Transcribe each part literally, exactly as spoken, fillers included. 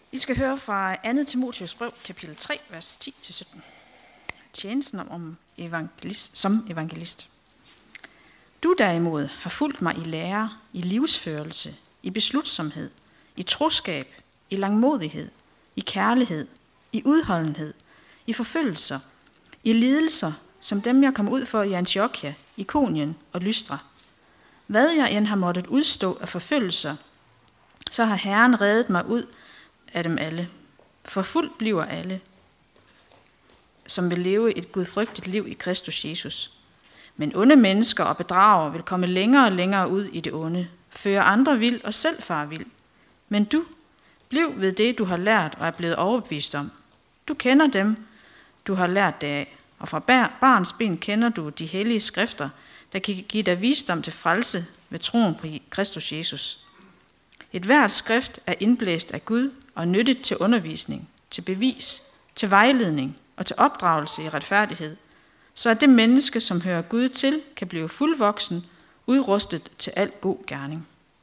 I skal høre fra andet Timotheus brev, kapitel tre, vers ti til sytten. Tjenesten om evangelist, som evangelist. Du derimod har fulgt mig i lære, i livsførelse, i beslutsomhed, i troskab, i langmodighed, i kærlighed, i udholdenhed, i forfølgelser, i lidelser, som dem jeg kom ud for i Antiochia, Ikonien og Lystra. Hvad jeg end har måttet udstå af forfølgelser, så har Herren reddet mig ud af dem alle. For fuldt bliver alle, som vil leve et gudfrygtigt liv i Kristus Jesus. Men onde mennesker og bedrager vil komme længere og længere ud i det onde, føre andre vild og selv far vild. Men du, bliv ved det, du har lært og er blevet overbevist om. Du kender dem, du har lært det af, og fra barns ben kender du de hellige skrifter, der kan give dig visdom til frelse ved troen på Kristus Jesus. Et hvert skrift er indblæst af Gud og nyttigt til undervisning, til bevis, til vejledning og til opdragelse i retfærdighed, så at det menneske, som hører Gud til, kan blive fuldvoksen, udrustet til al god gerning.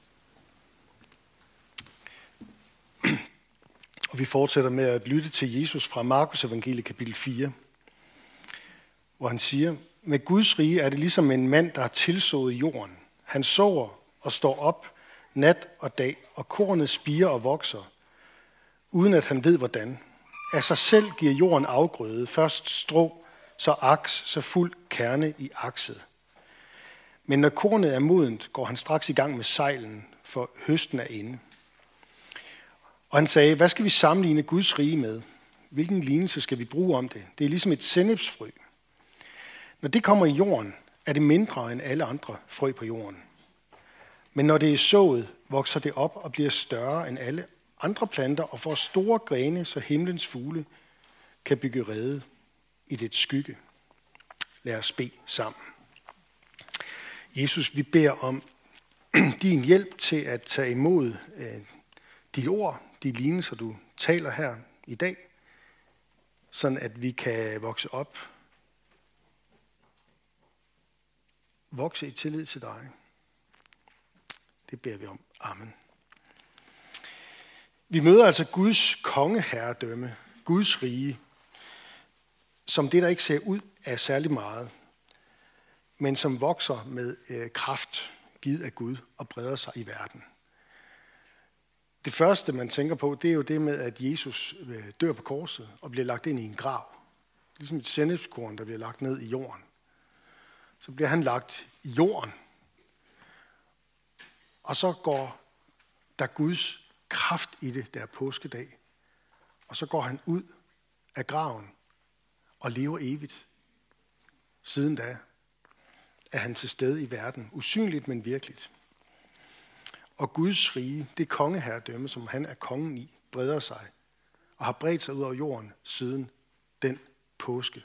Og vi fortsætter med at lytte til Jesus fra Markus evangeliet kapitel fire, hvor han siger, med Guds rige er det ligesom en mand, der har tilsået jorden. Han sover og står op nat og dag, og kornet spirer og vokser, uden at han ved hvordan. Af sig selv giver jorden afgrøde, først strå, så aks, så fuld kerne i akset. Men når kornet er modent, går han straks i gang med sejlen, for høsten er inde. Og han sagde, hvad skal vi sammenligne Guds rige med? Hvilken lignelse skal vi bruge om det? Det er ligesom et sennepsfrø. Når det kommer i jorden, er det mindre end alle andre frø på jorden. Men når det er sået, vokser det op og bliver større end alle andre planter og får store grene, så himlens fugle kan bygge rede i det skygge. Lad os bede sammen. Jesus, vi beder om din hjælp til at tage imod øh, de ord, de lignelser, du taler her i dag, sådan at vi kan vokse op, vokse i tillid til dig. Det beder vi om. Amen. Vi møder altså Guds kongeherredømme, Guds rige, som det, der ikke ser ud af særlig meget, men som vokser med øh, kraft, givet af Gud og breder sig i verden. Det første, man tænker på, det er jo det med, at Jesus øh, dør på korset og bliver lagt ind i en grav. Ligesom et sennepskorn, der bliver lagt ned i jorden. Så bliver han lagt i jorden. Og så går der Guds kraft i det, der påskedag. Og så går han ud af graven og lever evigt. Siden da er han til stede i verden. Usynligt, men virkeligt. Og Guds rige, det kongeherredømme, som han er kongen i, breder sig og har bredt sig ud over jorden siden den påske.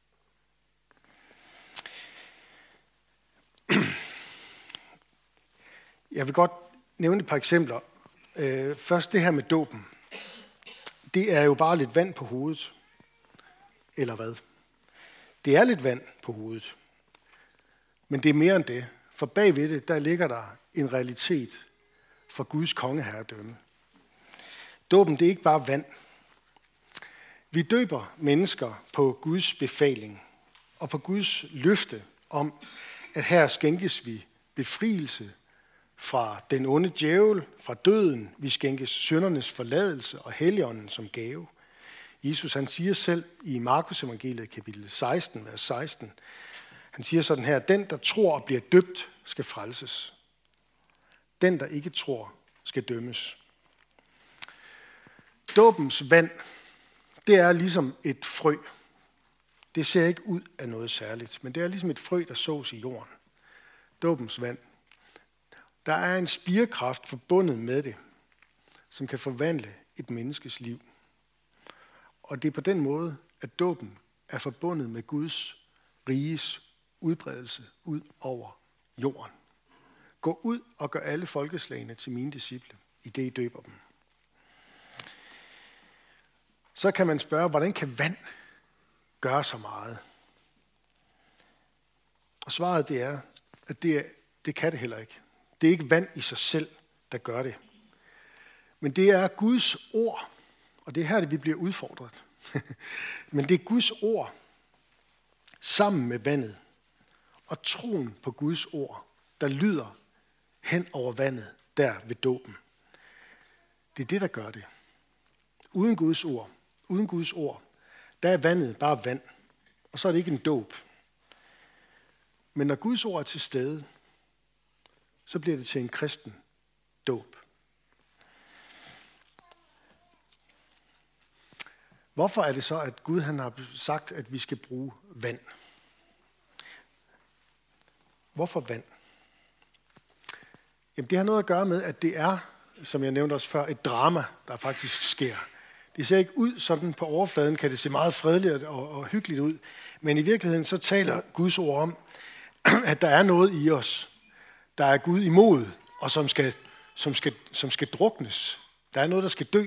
Jeg vil godt nævne et par eksempler. Først det her med dåben. Det er jo bare lidt vand på hovedet. Eller hvad? Det er lidt vand på hovedet. Men det er mere end det. For bagved det, der ligger der en realitet for Guds kongeherredømme. Dåben, det er ikke bare vand. Vi døber mennesker på Guds befaling og på Guds løfte om, at her skænkes vi befrielse fra den onde djævel, fra døden. Vi skænkes syndernes forladelse og Helligånden som gave. Jesus, han siger selv i Markus evangeliet kapitel seksten, vers seksten, han siger sådan her, den der tror og bliver døbt, skal frelses. Den der ikke tror, skal dømmes. Dåbens vand, det er ligesom et frø. Det ser ikke ud af noget særligt, men det er ligesom et frø, der sås i jorden. Dåbens vand. Der er en spirekraft forbundet med det, som kan forvandle et menneskes liv. Og det er på den måde, at dåben er forbundet med Guds riges udbredelse ud over jorden. Gå ud og gør alle folkeslagene til mine disciple, i det I døber dem. Så kan man spørge, hvordan kan vand gøre så meget? Og svaret det er, at det, er, det kan det heller ikke. Det er ikke vand i sig selv, der gør det. Men det er Guds ord, Og det er her, vi bliver udfordret. Men det er Guds ord, sammen med vandet, og troen på Guds ord, der lyder hen over vandet, der ved dåben. Det er det, der gør det. Uden Guds ord, uden Guds ord, der er vandet bare vand, og så er det ikke en dåb. Men når Guds ord er til stede, så bliver det til en kristen dåb. Hvorfor er det så, at Gud han har sagt, at vi skal bruge vand? Hvorfor vand? Jamen, det har noget at gøre med, at det er, som jeg nævnte også før, et drama, der faktisk sker. Det ser ikke ud sådan på overfladen, kan det se meget fredeligt og, og hyggeligt ud. Men i virkeligheden så taler Guds ord om, at der er noget i os, der er Gud imod, og som skal, som skal, som skal druknes. Der er noget, der skal dø.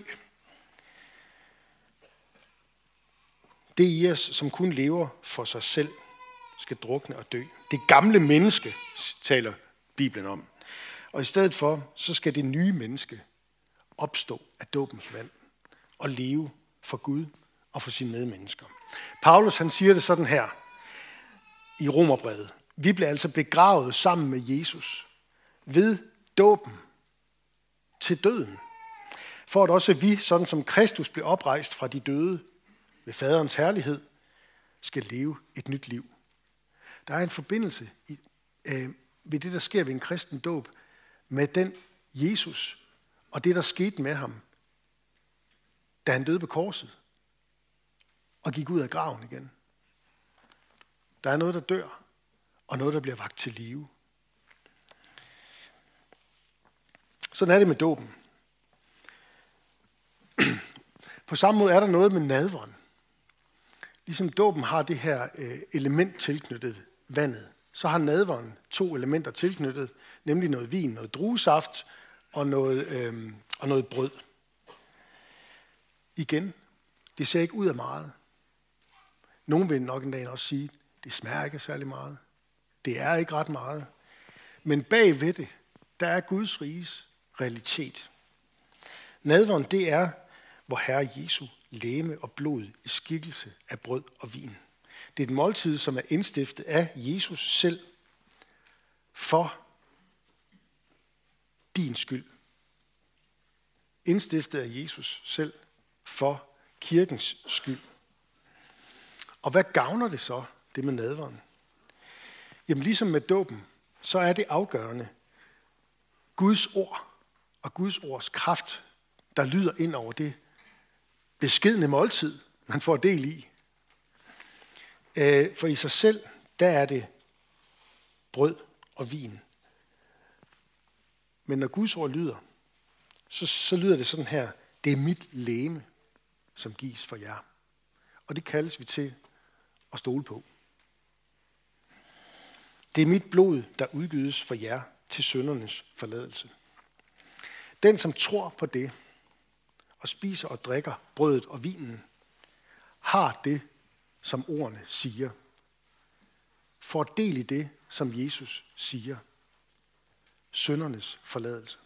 Det i os, som kun lever for sig selv, skal drukne og dø. Det gamle menneske, taler Bibelen om. Og i stedet for, så skal det nye menneske opstå af dåbens vand og leve for Gud og for sine medmennesker. Paulus han siger det sådan her i Romerbrevet. Vi blev altså begravet sammen med Jesus ved dåben til døden. For at også vi, sådan som Kristus blev oprejst fra de døde ved faderens herlighed, skal leve et nyt liv. Der er en forbindelse i, øh, ved det, der sker ved en kristen dåb, med den Jesus og det, der skete med ham, da han døde på korset og gik ud af graven igen. Der er noget, der dør, og noget, der bliver vakt til live. Sådan er det med dåben. På samme måde er der noget med nadveren. Ligesom dåben har det her element tilknyttet vandet, så har nadveren to elementer tilknyttet, nemlig noget vin, noget druesaft og noget, øh, og noget brød. Igen, det ser ikke ud af meget. Nogen vil nok en dag også sige, det smager ikke særlig meget. Det er ikke ret meget. Men bagved det, der er Guds riges realitet. Nadveren, det er, hvor Herre Jesu legeme og blod i skikkelse af brød og vin. Det er et måltid, som er indstiftet af Jesus selv for din skyld. Indstiftet af Jesus selv for kirkens skyld. Og hvad gavner det så, det med nadveren? Jamen ligesom med dåben, så er det afgørende Guds ord og Guds ords kraft, der lyder ind over det beskedne måltid, man får del i. For i sig selv, der er det brød og vin. Men når Guds ord lyder, så, så lyder det sådan her, det er mit legeme, som gives for jer. Og det kaldes vi til at stole på. Det er mit blod, der udgydes for jer til syndernes forladelse. Den, som tror på det, og spiser og drikker brødet og vinen, har det, som ordene siger. Får del i det, som Jesus siger. Syndernes forladelse.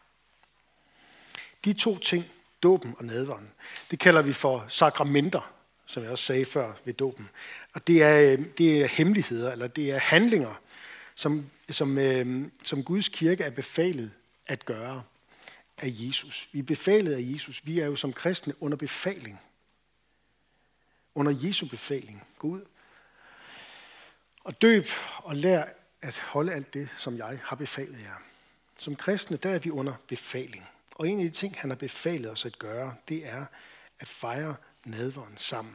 De to ting, dåben og nadveren, det kalder vi for sakramenter, som jeg også sagde før ved dåben. Og det er, det er hemmeligheder, eller det er handlinger, som, som, som Guds kirke er befalet at gøre af Jesus. Vi er befalet af Jesus. Vi er jo som kristne under befaling. Under Jesu befaling. Gå ud og døb og lær at holde alt det, som jeg har befalet jer. Som kristne, der er vi under befaling. Og en af de ting, han har befalet os at gøre, det er at fejre nadveren sammen.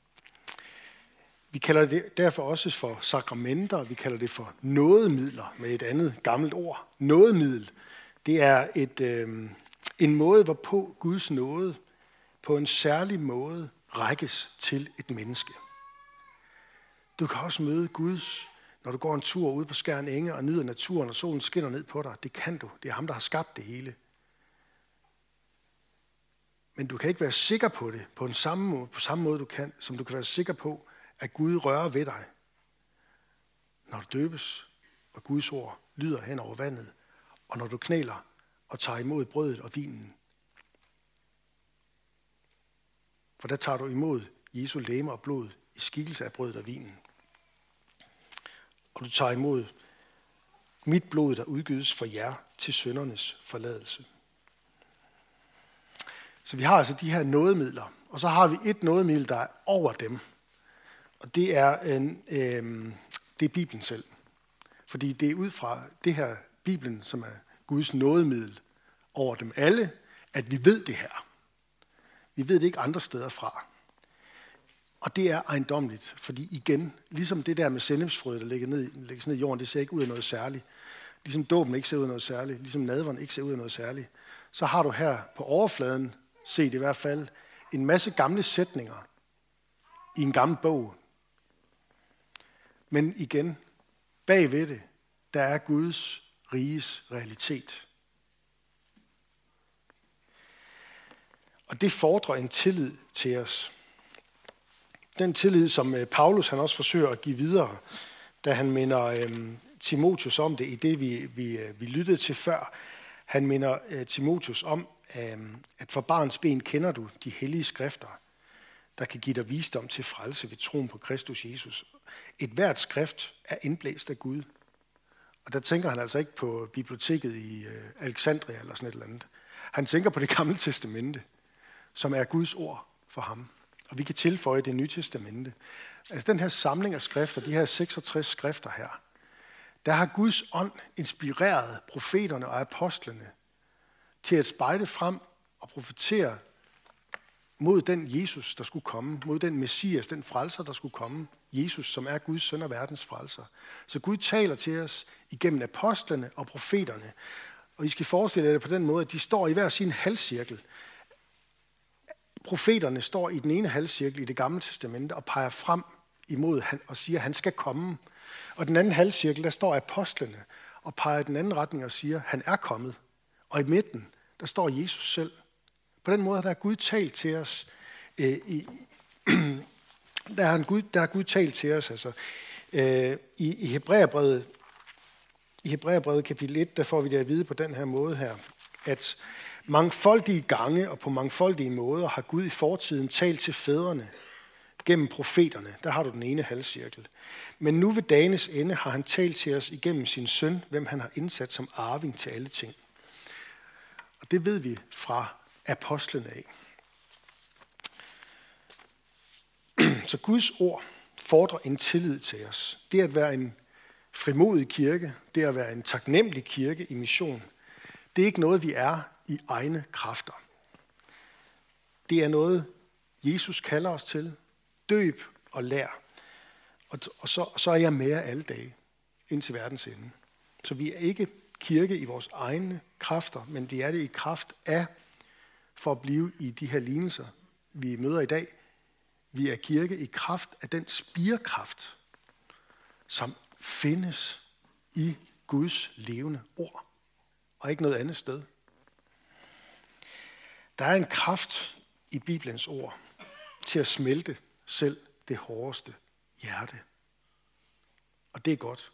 Vi kalder det derfor også for sakramenter, vi kalder det for nådemidler med et andet gammelt ord. Nådemiddel, det er et, øh, en måde, hvorpå Guds nåde på en særlig måde rækkes til et menneske. Du kan også møde Guds, når du går en tur ude på Skjern Enge og nyder naturen, og solen skinner ned på dig. Det kan du. Det er ham, der har skabt det hele. Men du kan ikke være sikker på det på, en samme måde, på samme måde, du kan, som du kan være sikker på, at Gud rører ved dig, når du døbes, og Guds ord lyder hen over vandet, og når du knæler og tager imod brødet og vinen. For der tager du imod Jesu legeme og blod i skikkelse af brødet og vinen. Og du tager imod mit blod, der udgydes for jer til syndernes forladelse. Så vi har altså de her nådemidler, og så har vi et nådemiddel, der er over dem. Og det er, en, øh, det er Bibelen selv. Fordi det er ud fra det her Bibelen, som er Guds nådemiddel over dem alle, at vi ved det her. Vi ved det ikke andre steder fra. Og det er ejendommeligt, fordi igen, ligesom det der med sennepsfrøet, der ligger ned, lægges ned i jorden, det ser ikke ud af noget særligt. Ligesom dåben ikke ser ud af noget særligt, ligesom nadveren ikke ser ud af noget særligt, så har du her på overfladen, set i hvert fald, en masse gamle sætninger i en gammel bog. Men igen, bagved det, der er Guds riges realitet. Og det fordrer en tillid til os. Den tillid, som Paulus han også forsøger at give videre, da han minder øhm, Timotheus om det, i det vi, vi, vi lyttede til før. Han minder øh, Timotheus om, øhm, at for barns ben kender du de hellige skrifter, der kan give dig visdom til frelse ved troen på Kristus Jesus. Et hvert skrift er indblæst af Gud. Og der tænker han altså ikke på biblioteket i øh, Alexandria eller sådan et eller andet. Han tænker på det gamle testamente, som er Guds ord for ham. Og vi kan tilføje det nye testamente. Altså den her samling af skrifter, de her seksogtres skrifter her, der har Guds ånd inspireret profeterne og apostlene til at spejde frem og profetere mod den Jesus, der skulle komme, mod den Messias, den frelser, der skulle komme, Jesus, som er Guds søn og verdens frelser. Så Gud taler til os igennem apostlene og profeterne. Og I skal forestille jer på den måde, at de står i hver sin halvcirkel. Profeterne står i den ene halvcirkel i det gamle testamente og peger frem imod han og siger, at han skal komme. Og den anden halvcirkel, der står apostlene og peger i den anden retning og siger, at han er kommet. Og i midten, der står Jesus selv. På den måde der er Gud talt til os. Øh, i, der, har Gud, der har Gud talt til os. Altså, øh, I i Hebræerbrevet, i Hebræerbrevet kapitel et, der får vi det at vide på den her måde her, at mangfoldige gange og på mangfoldige måder har Gud i fortiden talt til fædrene gennem profeterne. Der har du den ene halvcirkel. Men nu ved dagens ende har han talt til os igennem sin søn, hvem han har indsat som arving til alle ting. Og det ved vi fra apostlene af. Så Guds ord fordrer en tillid til os. Det at være en frimodig kirke, det at være en taknemmelig kirke i mission, det er ikke noget, vi er i egne kræfter. Det er noget, Jesus kalder os til. Døb og lær. Og, og, så, og så er jeg med jer alle dage, indtil verdens ende. Så vi er ikke kirke i vores egne kræfter, men det er det i kraft af, for at blive i de her lignelser, vi møder i dag. Vi er kirke i kraft af den spirekraft, som findes i Guds levende ord, og ikke noget andet sted. Der er en kraft i Bibelens ord til at smelte selv det hårdeste hjerte. Og det er godt.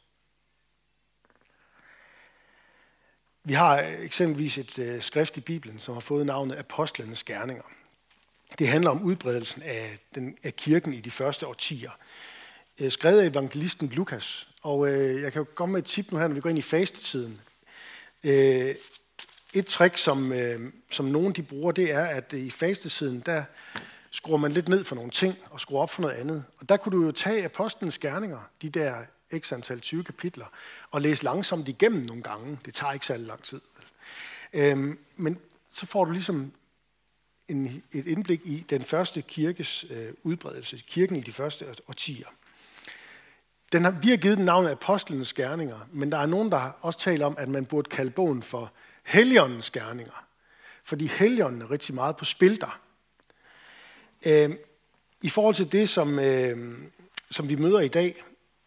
Vi har eksempelvis et øh, skrift i Bibelen, som har fået navnet Apostlenes Gerninger. Det handler om udbredelsen af, den, af kirken i de første årtier. Øh, skrevet af evangelisten Lukas. Og øh, jeg kan jo komme med et tip nu her, når vi går ind i fastetiden. Øh, et trick, som, øh, som nogen de bruger, det er, at i fastetiden, der skruer man lidt ned for nogle ting og skruer op for noget andet. Og der kunne du jo tage Apostlenes Gerninger, de der x antal tyve kapitler, og læse langsomt igennem nogle gange. Det tager ikke særlig lang tid. Øhm, men så får du ligesom en, et indblik i den første kirkes øh, udbredelse, kirken i de første årtier. Den har, vi har givet den navnet Apostlenes Gerninger, men der er nogen, der også taler om, at man burde kalde bogen for Helligåndens Gerninger. Fordi Helligånden er rigtig meget på spil der. Øhm, I forhold til det, som, øh, som vi møder i dag,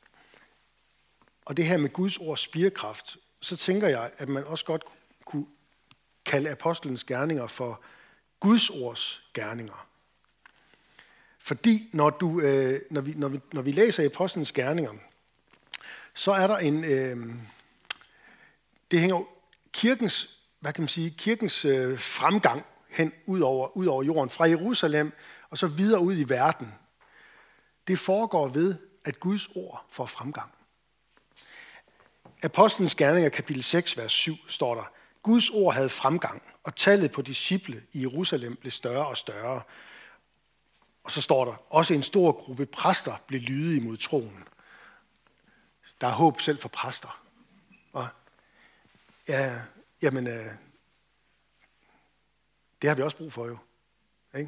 og det her med Guds ords spirekraft, så tænker jeg, at man også godt kunne kalde apostlenes gerninger for Guds ords gerninger. Fordi når, du, øh, når, vi, når, vi, når vi læser apostlenes gerninger, så er der en... Øh, det hænger kirkens, hvad kan man sige, kirkens øh, fremgang hen ud over, ud over jorden, fra Jerusalem og så videre ud i verden. Det foregår ved, at Guds ord får fremgang. Apostlenes Gerninger, kapitel seks, vers syv, står der: Guds ord havde fremgang, og tallet på disciple i Jerusalem blev større og større. Og så står der, også en stor gruppe præster blev lydige mod troen. Der er håb selv for præster. Og ja, jamen, øh, det har vi også brug for jo. Ikke?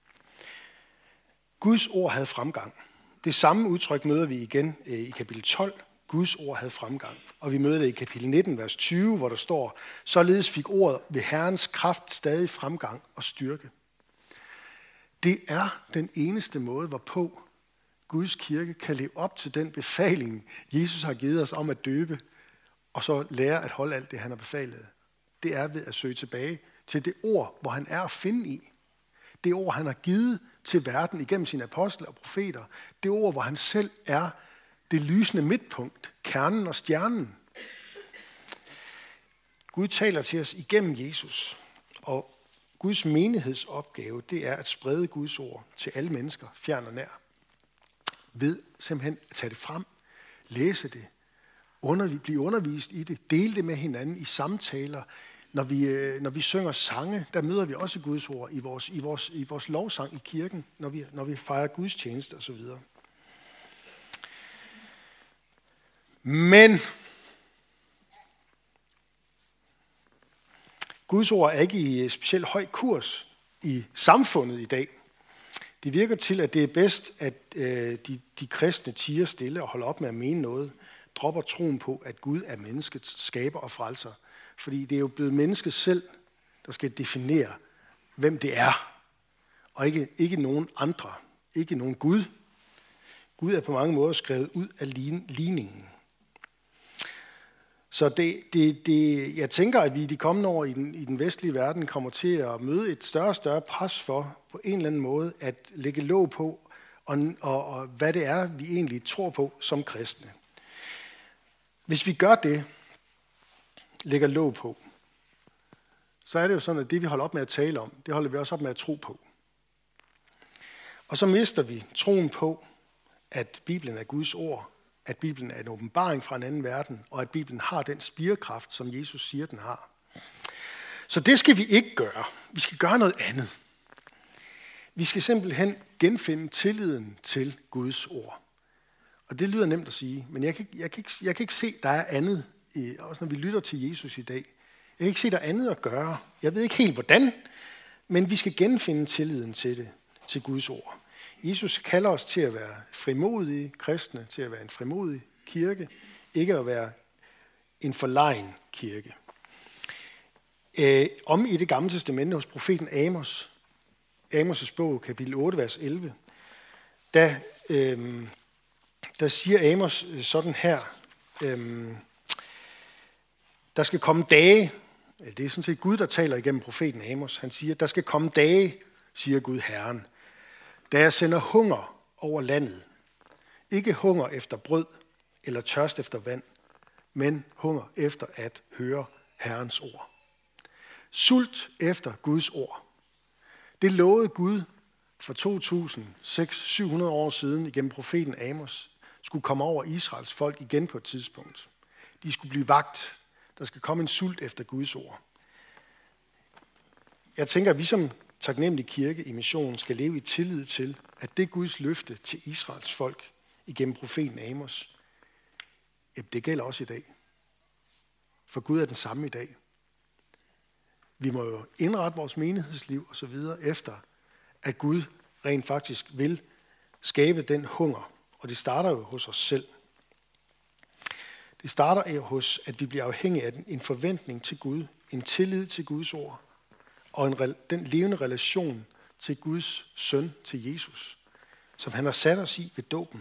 Guds ord havde fremgang. Det samme udtryk møder vi igen øh, i kapitel tolv. Guds ord havde fremgang. Og vi møder det i kapitel nitten, vers tyve, hvor der står: således fik ordet ved Herrens kraft stadig fremgang og styrke. Det er den eneste måde, hvorpå Guds kirke kan leve op til den befaling, Jesus har givet os om at døbe, og så lære at holde alt det, han har befalet. Det er ved at søge tilbage til det ord, hvor han er at finde i. Det ord, han har givet til verden igennem sine apostle og profeter. Det ord, hvor han selv er det lysende midtpunkt, kernen og stjernen. Gud taler til os igennem Jesus, og Guds menighedsopgave, det er at sprede Guds ord til alle mennesker, fjern og nær. Ved simpelthen at tage det frem, læse det, underv- blive undervist i det, dele det med hinanden i samtaler. Når vi, når vi synger sange, der møder vi også Guds ord i vores, i vores, i vores lovsang i kirken, når vi, når vi fejrer Guds tjeneste osv. Men Guds ord er ikke i specielt høj kurs i samfundet i dag. Det virker til, at det er bedst, at øh, de, de kristne tiger stille og holder op med at mene noget, dropper troen på, at Gud er menneskets skaber og frelser. Fordi det er jo blevet mennesket selv, der skal definere, hvem det er, og ikke, ikke nogen andre, ikke nogen Gud. Gud er på mange måder skrevet ud af ligningen. Så det, det, det, jeg tænker, at vi i de kommende år i den, i den vestlige verden kommer til at møde et større og større pres for, på en eller anden måde, at lægge låg på, og, og, og hvad det er, vi egentlig tror på som kristne. Hvis vi gør det, lægger låg på, så er det jo sådan, at det, vi holder op med at tale om, det holder vi også op med at tro på. Og så mister vi troen på, at Bibelen er Guds ord, at Bibelen er en åbenbaring fra en anden verden, og at Bibelen har den spirekraft, som Jesus siger, den har. Så det skal vi ikke gøre. Vi skal gøre noget andet. Vi skal simpelthen genfinde tilliden til Guds ord. Og det lyder nemt at sige, men jeg kan, jeg kan, ikke, jeg kan ikke se, der er andet, også når vi lytter til Jesus i dag. Jeg kan ikke se, der er andet at gøre. Jeg ved ikke helt, hvordan, men vi skal genfinde tilliden til det, til Guds ord. Jesus kalder os til at være frimodige kristne, til at være en frimodig kirke, ikke at være en forlegen kirke. Øh, om i det gamle testamente hos profeten Amos, Amos' bog, kapitel otte, vers elleve, der, øh, der siger Amos sådan her, øh, der skal komme dage, det er sådan set Gud, der taler igennem profeten Amos, han siger, der skal komme dage, siger Gud Herren, da jeg sender hunger over landet. Ikke hunger efter brød eller tørst efter vand, men hunger efter at høre Herrens ord. Sult efter Guds ord. Det lovede Gud for to tusind seks hundrede syv hundrede år siden igennem profeten Amos, skulle komme over Israels folk igen på et tidspunkt. De skulle blive vagt. Der skal komme en sult efter Guds ord. Jeg tænker, at vi som taknemmelig kirke i missionen skal leve i tillid til, at det Guds løfte til Israels folk igennem profeten Amos, det gælder også i dag. For Gud er den samme i dag. Vi må jo indrette vores menighedsliv og så videre efter, at Gud rent faktisk vil skabe den hunger. Og det starter jo hos os selv. Det starter jo hos, at vi bliver afhængige af en forventning til Gud, en tillid til Guds ord, og en, den levende relation til Guds søn, til Jesus, som han har sat os i ved dåben.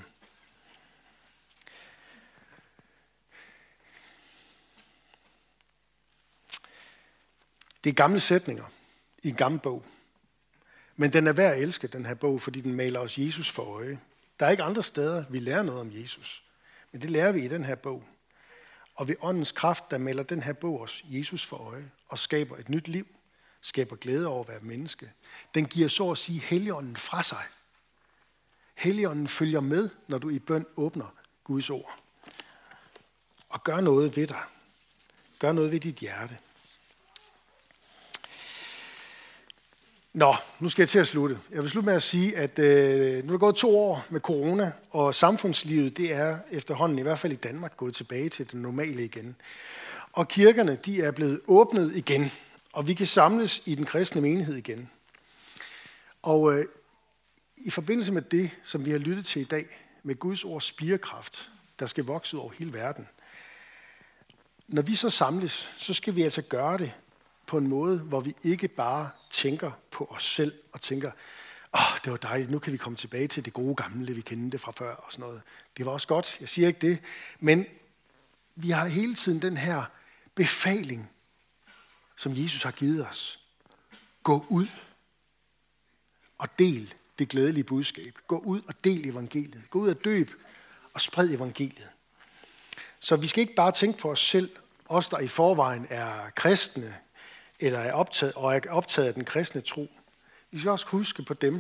Det er gamle sætninger i en gammel bog. Men den er værd at elske, den her bog, fordi den maler os Jesus for øje. Der er ikke andre steder, vi lærer noget om Jesus. Men det lærer vi i den her bog. Og ved åndens kraft, der maler den her bog os Jesus for øje og skaber et nyt liv, skaber glæde over at være menneske. Den giver så at sige Helligånden fra sig. Helligånden følger med, når du i bøn åbner Guds ord. Og gør noget ved dig. Gør noget ved dit hjerte. Nå, nu skal jeg til at slutte. Jeg vil slutte med at sige, at øh, nu er der gået to år med corona, og samfundslivet, det er efterhånden, i hvert fald i Danmark, gået tilbage til det normale igen. Og kirkerne, de er blevet åbnet igen, og vi kan samles i den kristne menighed igen. Og øh, i forbindelse med det, som vi har lyttet til i dag, med Guds ords spirekraft, der skal vokse over hele verden. Når vi så samles, så skal vi altså gøre det på en måde, hvor vi ikke bare tænker på os selv og tænker, åh, oh, det var dejligt, nu kan vi komme tilbage til det gode gamle, vi kendte fra før og sådan noget. Det var også godt, jeg siger ikke det, men vi har hele tiden den her befaling, som Jesus har givet os. Gå ud og del det glædelige budskab. Gå ud og del evangeliet. Gå ud og døb og spred evangeliet. Så vi skal ikke bare tænke på os selv, os der i forvejen er kristne, eller er optaget, og er optaget af den kristne tro. Vi skal også huske på dem,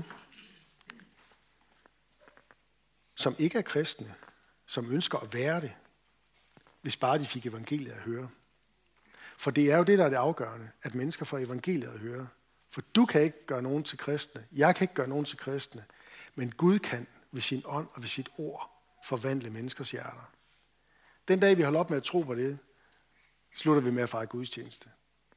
som ikke er kristne, som ønsker at være det, hvis bare de fik evangeliet at høre. For det er jo det, der er det afgørende, at mennesker får evangeliet at høre. For du kan ikke gøre nogen til kristne, jeg kan ikke gøre nogen til kristne, men Gud kan ved sin ånd og ved sit ord forvandle menneskers hjerter. Den dag, vi holder op med at tro på det, slutter vi med at fejre gudstjeneste.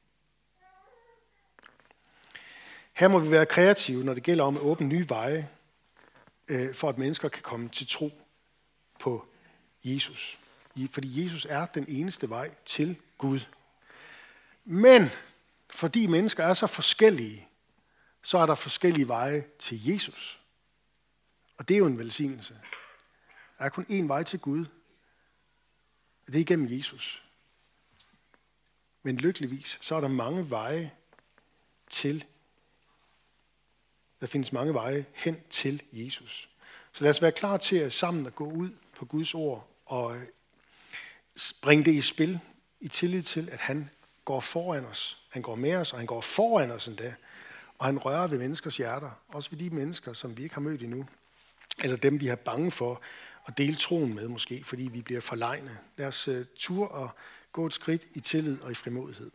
Her må vi være kreative, når det gælder om at åbne nye veje, øh, for at mennesker kan komme til tro på Jesus. Fordi Jesus er den eneste vej til Gud. Men fordi mennesker er så forskellige, så er der forskellige veje til Jesus. Og det er jo en velsignelse. Der er kun én vej til Gud. Og det er igennem Jesus. Men lykkeligvis, så er der mange veje til Der findes mange veje hen til Jesus. Så lad os være klar til at sammen at gå ud på Guds ord og bringe det i spil i tillid til, at han går foran os. Han går med os, og han går foran os endda. Og han rører ved menneskers hjerter. Også ved de mennesker, som vi ikke har mødt endnu. Eller dem, vi har bange for at dele troen med måske, fordi vi bliver forlegnet. Lad os uh, ture og gå et skridt i tillid og i frimodighed.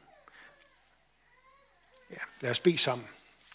Ja, lad os bede sammen.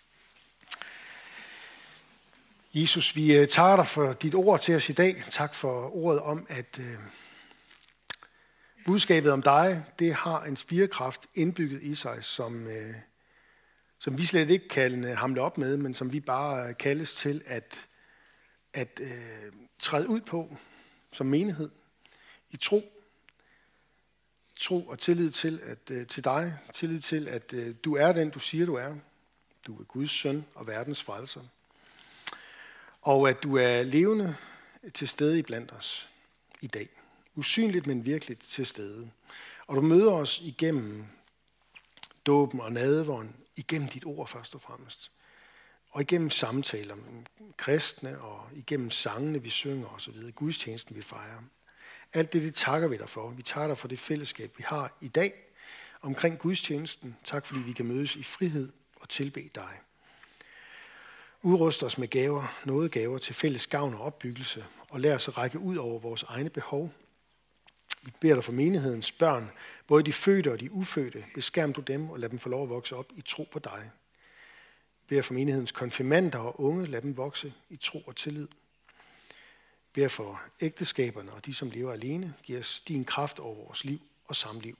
Jesus, vi takker dig for dit ord til os i dag. Tak for ordet om, at øh, budskabet om dig, det har en spirekraft indbygget i sig, som, øh, som vi slet ikke kan hamle op med, men som vi bare kaldes til at, at øh, træde ud på som menighed i tro. Tro og tillid til, at, øh, til dig, tillid til, at øh, du er den, du siger, du er. Du er Guds søn og verdens frelser. Og at du er levende til stede iblandt os i dag. Usynligt, men virkelig til stede. Og du møder os igennem dåben og nadveren, igennem dit ord først og fremmest. Og igennem samtaler med kristne, og igennem sangene, vi synger osv. Gudstjenesten, vi fejrer. Alt det, det takker vi dig for. Vi takker dig for det fællesskab, vi har i dag omkring gudstjenesten. Tak, fordi vi kan mødes i frihed og tilbede dig. Udrust os med gaver, nådegaver til fælles gavn og opbyggelse, og lad os at række ud over vores egne behov. Vi beder dig for menighedens børn, både de fødte og de ufødte. Beskærm du dem og lad dem få lov at vokse op i tro på dig. Vi beder for menighedens konfirmander og unge, lad dem vokse i tro og tillid. Vi beder for ægteskaberne og de, som lever alene, giv os din kraft over vores liv og samliv.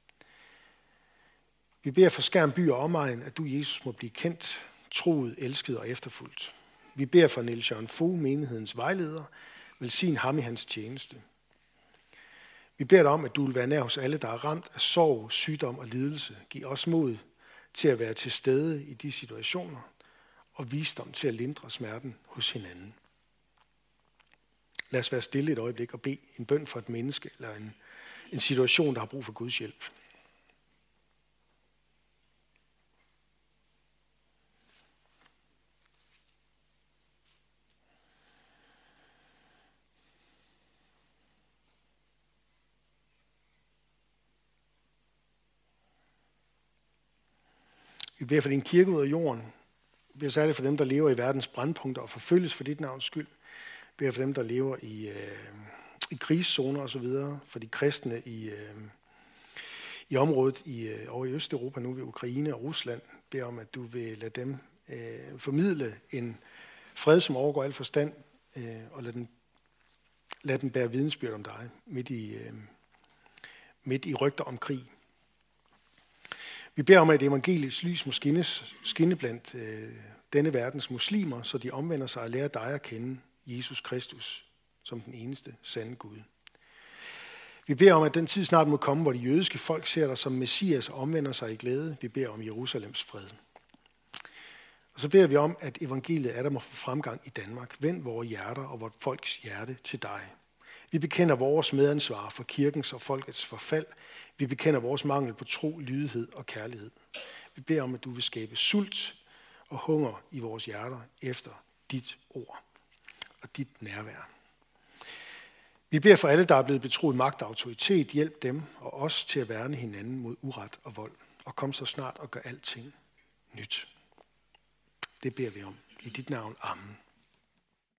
Vi beder for Skærm by og omegn, at du, Jesus, må blive kendt, troet, elsket og efterfulgt. Vi beder for Niels Jørgen Fogh, menighedens vejleder. Velsign ham i hans tjeneste. Vi beder dig om, at du vil være nær hos alle, der er ramt af sorg, sygdom og lidelse. Giv os mod til at være til stede i de situationer, og visdom til at lindre smerten hos hinanden. Lad os være stille et øjeblik og bede en bøn for et menneske eller en, en situation, der har brug for Guds hjælp. Vi beder for din kirke ud af jorden. Vi beder særligt for dem, der lever i verdens brandpunkter og forfølges for dit navns skyld. Vi beder for dem, der lever i, øh, i krigszoner osv. For de kristne i, øh, i området i, øh, over i Østeuropa, nu ved Ukraine og Rusland. Vi beder om, at du vil lade dem øh, formidle en fred, som overgår al forstand, øh, og lad den, lad den bære vidensbyrd om dig midt i, øh, midt i rygter om krig. Vi beder om, at evangeliets lys må skinne, skinne blandt øh, denne verdens muslimer, så de omvender sig og lærer dig at kende, Jesus Kristus, som den eneste sande Gud. Vi beder om, at den tid snart må komme, hvor de jødiske folk ser dig som Messias og omvender sig i glæde. Vi beder om Jerusalems fred. Og så beder vi om, at evangeliet er der må få fremgang i Danmark. Vend vores hjerter og vort folks hjerte til dig. Vi bekender vores medansvar for kirkens og folkets forfald. Vi bekender vores mangel på tro, lydighed og kærlighed. Vi beder om, at du vil skabe sult og hunger i vores hjerter efter dit ord og dit nærvær. Vi beder for alle, der er blevet betroet magt og autoritet. Hjælp dem og os til at værne hinanden mod uret og vold. Og kom så snart og gør alting nyt. Det beder vi om. I dit navn. Amen.